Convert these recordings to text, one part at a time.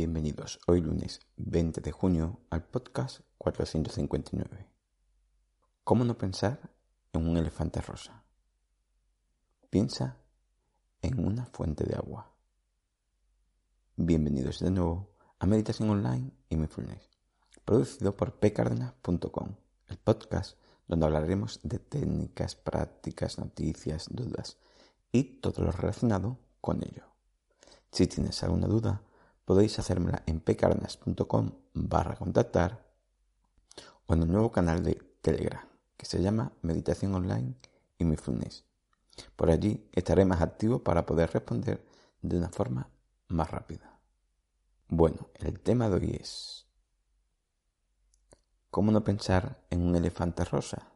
Bienvenidos hoy lunes 20 de junio al podcast 459. ¿Cómo no pensar en un elefante rosa? Piensa en una fuente de agua. Bienvenidos de nuevo a Meditación Online y Mindfulness, producido por pcardenas.com, el podcast donde hablaremos de técnicas, prácticas, noticias, dudas y todo lo relacionado con ello. Si tienes alguna duda, podéis hacérmela en pcardenas.com/contactar o en el nuevo canal de Telegram que se llama Meditación Online y Mindfulness. Por allí estaré más activo para poder responder de una forma más rápida. Bueno, el tema de hoy es ¿cómo no pensar en un elefante rosa?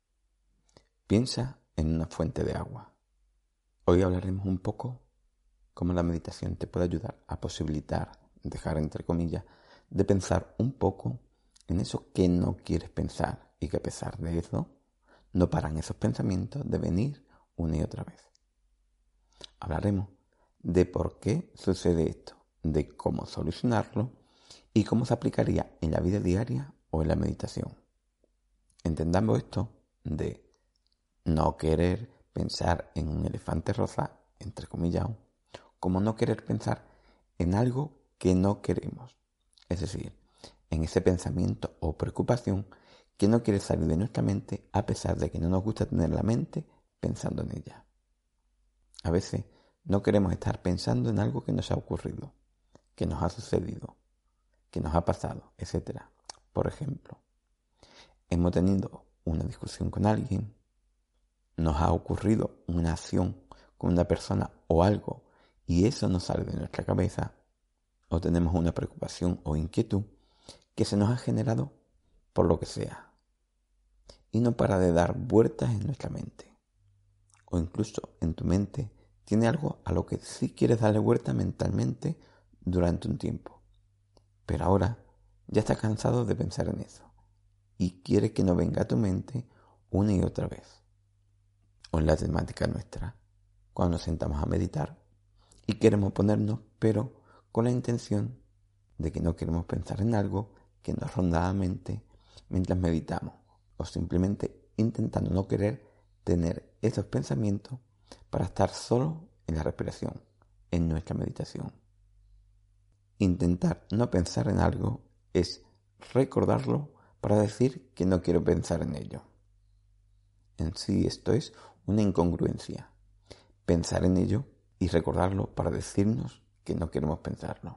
Piensa en una fuente de agua. Hoy hablaremos un poco cómo la meditación te puede ayudar a posibilitar, dejar entre comillas, de pensar un poco en eso que no quieres pensar y que a pesar de eso, no paran esos pensamientos de venir una y otra vez. Hablaremos de por qué sucede esto, de cómo solucionarlo y cómo se aplicaría en la vida diaria o en la meditación. Entendamos esto de no querer pensar en un elefante rosa, entre comillas, como no querer pensar en algo que no queremos. Es decir, en ese pensamiento o preocupación que no quiere salir de nuestra mente a pesar de que no nos gusta tener la mente pensando en ella. A veces no queremos estar pensando en algo que nos ha ocurrido, que nos ha sucedido, que nos ha pasado, etc. Por ejemplo, hemos tenido una discusión con alguien, nos ha ocurrido una acción con una persona o algo y eso no sale de nuestra cabeza, o tenemos una preocupación o inquietud que se nos ha generado por lo que sea y no para de dar vueltas en nuestra mente. O incluso en tu mente tiene algo a lo que sí quieres darle vuelta mentalmente durante un tiempo, pero ahora ya estás cansado de pensar en eso y quieres que no venga a tu mente una y otra vez. O en la temática nuestra, cuando nos sentamos a meditar y queremos ponernos, pero con la intención de que no queremos pensar en algo que nos ronda la mente mientras meditamos, o simplemente intentando no querer tener esos pensamientos para estar solo en la respiración, en nuestra meditación. Intentar no pensar en algo es recordarlo para decir que no quiero pensar en ello. En sí esto es una incongruencia. Pensar en ello y recordarlo para decirnos que no queremos pensarlo.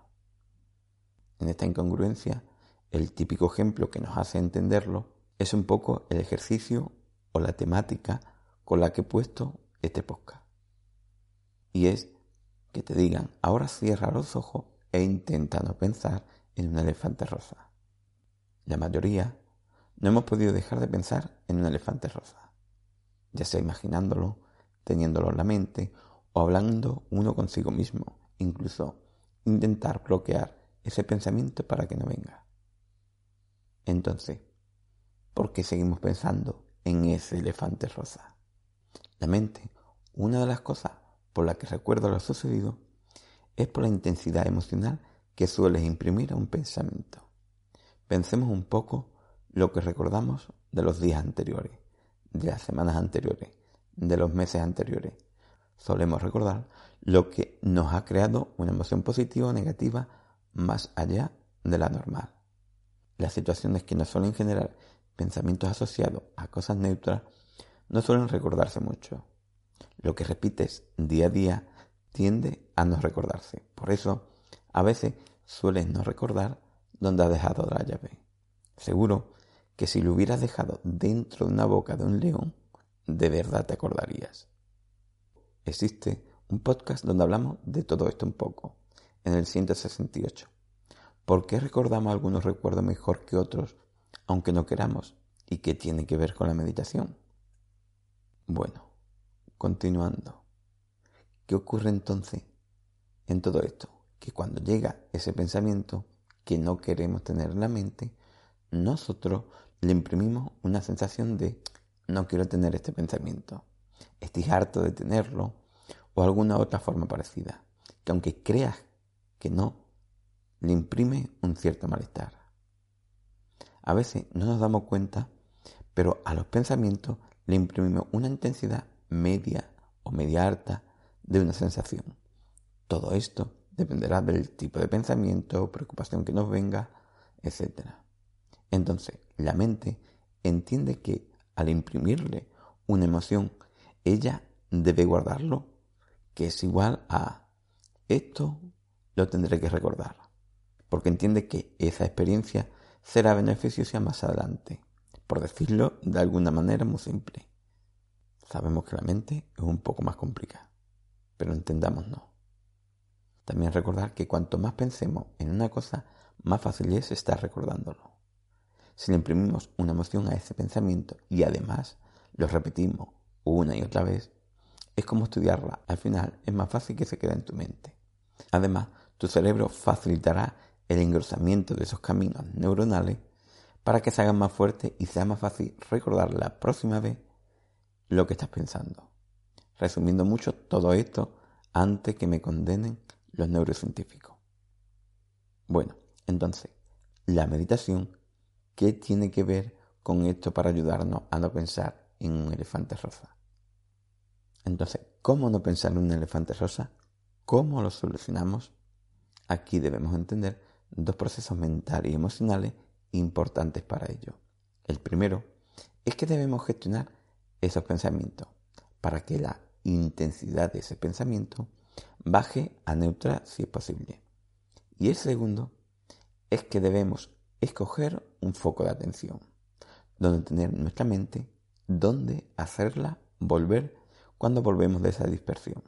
En esta incongruencia, el típico ejemplo que nos hace entenderlo es un poco el ejercicio o la temática con la que he puesto este podcast. Y es que te digan, ahora cierra los ojos e intenta no pensar en un elefante rosa. La mayoría no hemos podido dejar de pensar en un elefante rosa, ya sea imaginándolo, teniéndolo en la mente o hablando uno consigo mismo, incluso intentar bloquear ese pensamiento para que no venga. Entonces, ¿por qué seguimos pensando en ese elefante rosa? La mente, una de las cosas por las que recuerdo lo sucedido, es por la intensidad emocional que sueles imprimir a un pensamiento. Pensemos un poco lo que recordamos de los días anteriores, de las semanas anteriores, de los meses anteriores. Solemos recordar lo que nos ha creado una emoción positiva o negativa más allá de la normal. Las situaciones que nos suelen generar pensamientos asociados a cosas neutras no suelen recordarse mucho. Lo que repites día a día tiende a no recordarse. Por eso, a veces sueles no recordar dónde has dejado la llave. Seguro que si lo hubieras dejado dentro de una boca de un león, de verdad te acordarías. Existe un podcast donde hablamos de todo esto un poco, en el 168. ¿Por qué recordamos algunos recuerdos mejor que otros, aunque no queramos? ¿Y qué tiene que ver con la meditación? Bueno, continuando. ¿Qué ocurre entonces en todo esto? Que cuando llega ese pensamiento que no queremos tener en la mente, nosotros le imprimimos una sensación de no quiero tener este pensamiento, estoy harto de tenerlo o alguna otra forma parecida, que aunque creas que no, le imprime un cierto malestar. A veces no nos damos cuenta, pero a los pensamientos le imprimimos una intensidad media o media alta de una sensación. Todo esto dependerá del tipo de pensamiento, preocupación que nos venga, etc. Entonces, la mente entiende que al imprimirle una emoción, ella debe guardarlo, que es igual a esto lo tendré que recordar, porque entiende que esa experiencia será beneficiosa más adelante, por decirlo de alguna manera muy simple. Sabemos que la mente es un poco más complicada, pero entendámonos. También recordar que cuanto más pensemos en una cosa, más fácil es estar recordándolo. Si le imprimimos una emoción a ese pensamiento y además lo repetimos una y otra vez, es como estudiarla. Al final es más fácil que se quede en tu mente. Además, tu cerebro facilitará el engrosamiento de esos caminos neuronales para que se hagan más fuertes y sea más fácil recordar la próxima vez lo que estás pensando. Resumiendo mucho todo esto antes que me condenen los neurocientíficos. Bueno, entonces, la meditación, ¿qué tiene que ver con esto para ayudarnos a no pensar en un elefante rosa? Entonces, ¿cómo no pensar en un elefante rosa? ¿Cómo lo solucionamos? Aquí debemos entender dos procesos mentales y emocionales importantes para ello. El primero es que debemos gestionar esos pensamientos para que la intensidad de ese pensamiento baje a neutra si es posible. Y el segundo es que debemos escoger un foco de atención, donde tener nuestra mente, donde hacerla volver cuando volvemos de esa dispersión.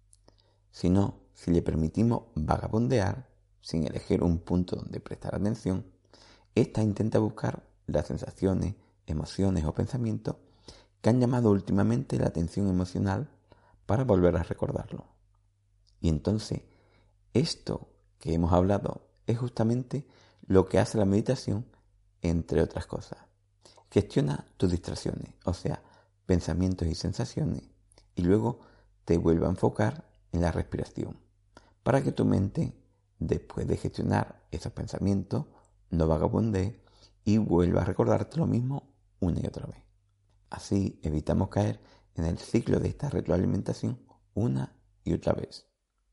Si no, si le permitimos vagabundear sin elegir un punto donde prestar atención, ésta intenta buscar las sensaciones, emociones o pensamientos que han llamado últimamente la atención emocional para volver a recordarlo. Y entonces, esto que hemos hablado es justamente lo que hace la meditación, entre otras cosas. Gestiona tus distracciones, o sea, pensamientos y sensaciones, y luego te vuelve a enfocar en la respiración, para que tu mente, después de gestionar esos pensamientos, no vagabundee y vuelva a recordarte lo mismo una y otra vez. Así evitamos caer en el ciclo de esta retroalimentación una y otra vez.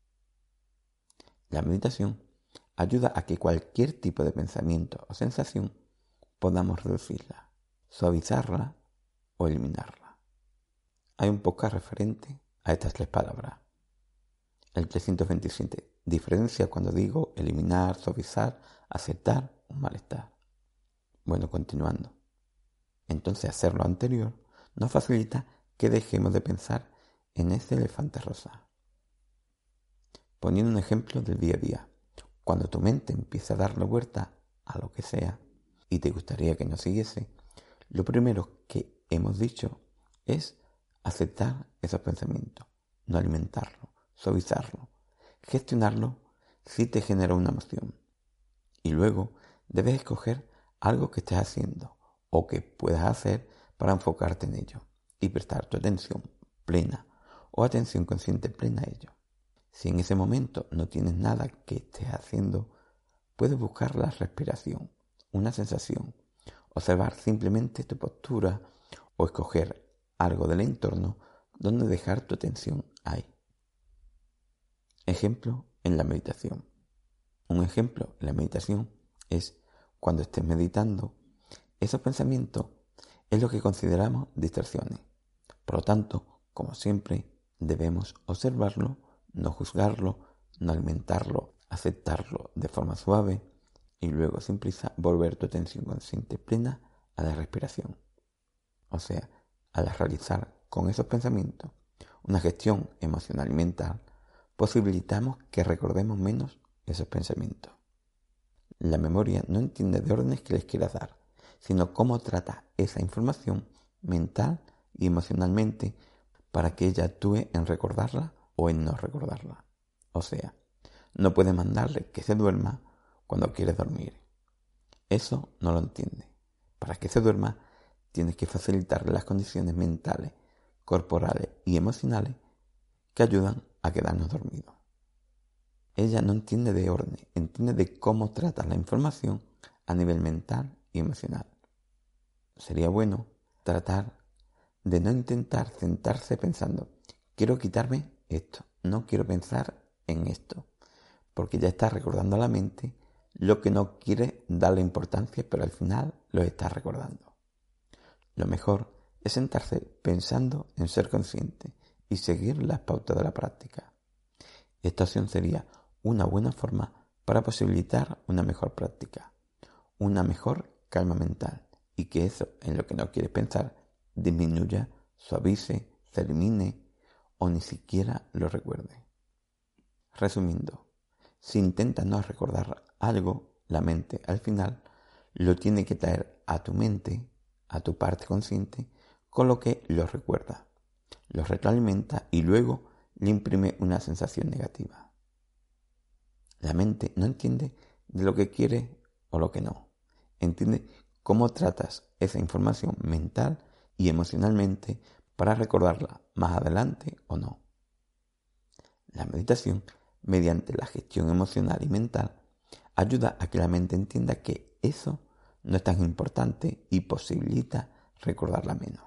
La meditación ayuda a que cualquier tipo de pensamiento o sensación podamos reducirla, suavizarla o eliminarla. Hay un podcast referente a estas tres palabras. El 327 diferencia cuando digo eliminar, suavizar, aceptar un malestar. Bueno, continuando. Entonces hacer lo anterior nos facilita que dejemos de pensar en ese elefante rosa. Poniendo un ejemplo del día a día. Cuando tu mente empieza a darle vuelta a lo que sea y te gustaría que no siguiese, lo primero que hemos dicho es aceptar esos pensamientos, no alimentarlo, suavizarlo, gestionarlo si te genera una emoción. Y luego debes escoger algo que estés haciendo o que puedas hacer para enfocarte en ello y prestar tu atención plena o atención consciente plena a ello. Si en ese momento no tienes nada que estés haciendo, puedes buscar la respiración, una sensación, observar simplemente tu postura o escoger algo del entorno donde dejar tu atención ahí. Ejemplo en la meditación. Un ejemplo en la meditación es cuando estés meditando, esos pensamientos es lo que consideramos distracciones. Por lo tanto, como siempre, debemos observarlo, no juzgarlo, no alimentarlo, aceptarlo de forma suave y luego sin prisa volver tu atención consciente plena a la respiración. O sea, al realizar con esos pensamientos una gestión emocional y mental, posibilitamos que recordemos menos esos pensamientos. La memoria no entiende de órdenes que les quieras dar, sino cómo trata esa información mental y emocionalmente para que ella actúe en recordarla o en no recordarla. O sea, no puedes mandarle que se duerma cuando quieres dormir. Eso no lo entiende. Para que se duerma, tienes que facilitarle las condiciones mentales, corporales y emocionales que ayudan a quedarnos dormidos. Ella no entiende de orden, entiende de cómo tratas la información a nivel mental y emocional. Sería bueno tratar de no intentar sentarse pensando, quiero quitarme esto, no quiero pensar en esto, porque ya estás recordando a la mente lo que no quiere darle importancia, pero al final lo estás recordando. Lo mejor es sentarse pensando en ser consciente y seguir las pautas de la práctica. Esta opción sería una buena forma para posibilitar una mejor práctica, una mejor calma mental y que eso en lo que no quieres pensar disminuya, suavice, se elimine o ni siquiera lo recuerde. Resumiendo, si intentas no recordar algo, la mente al final lo tiene que traer a tu mente, a tu parte consciente, con lo que lo recuerda, lo retroalimenta y luego le imprime una sensación negativa. La mente no entiende de lo que quiere o lo que no. Entiende cómo tratas esa información mental y emocionalmente para recordarla más adelante o no. La meditación, mediante la gestión emocional y mental, ayuda a que la mente entienda que eso no es tan importante y posibilita recordarla menos.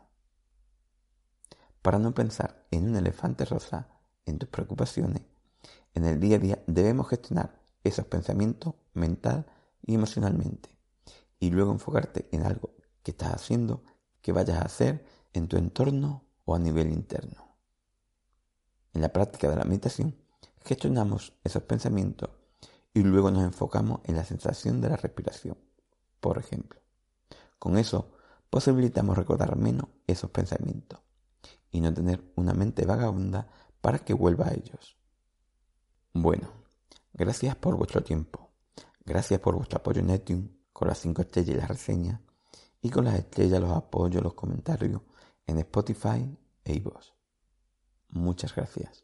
Para no pensar en un elefante rosa, en tus preocupaciones, en el día a día debemos gestionar esos pensamientos mental y emocionalmente y luego enfocarte en algo que estás haciendo, que vayas a hacer en tu entorno o a nivel interno. En la práctica de la meditación gestionamos esos pensamientos y luego nos enfocamos en la sensación de la respiración, por ejemplo. Con eso posibilitamos recordar menos esos pensamientos y no tener una mente vagabunda para que vuelva a ellos. Bueno, gracias por vuestro tiempo. Gracias por vuestro apoyo en iTunes con las 5 estrellas y las reseñas y con las estrellas, los apoyos, los comentarios en Spotify e iVoox. Muchas gracias.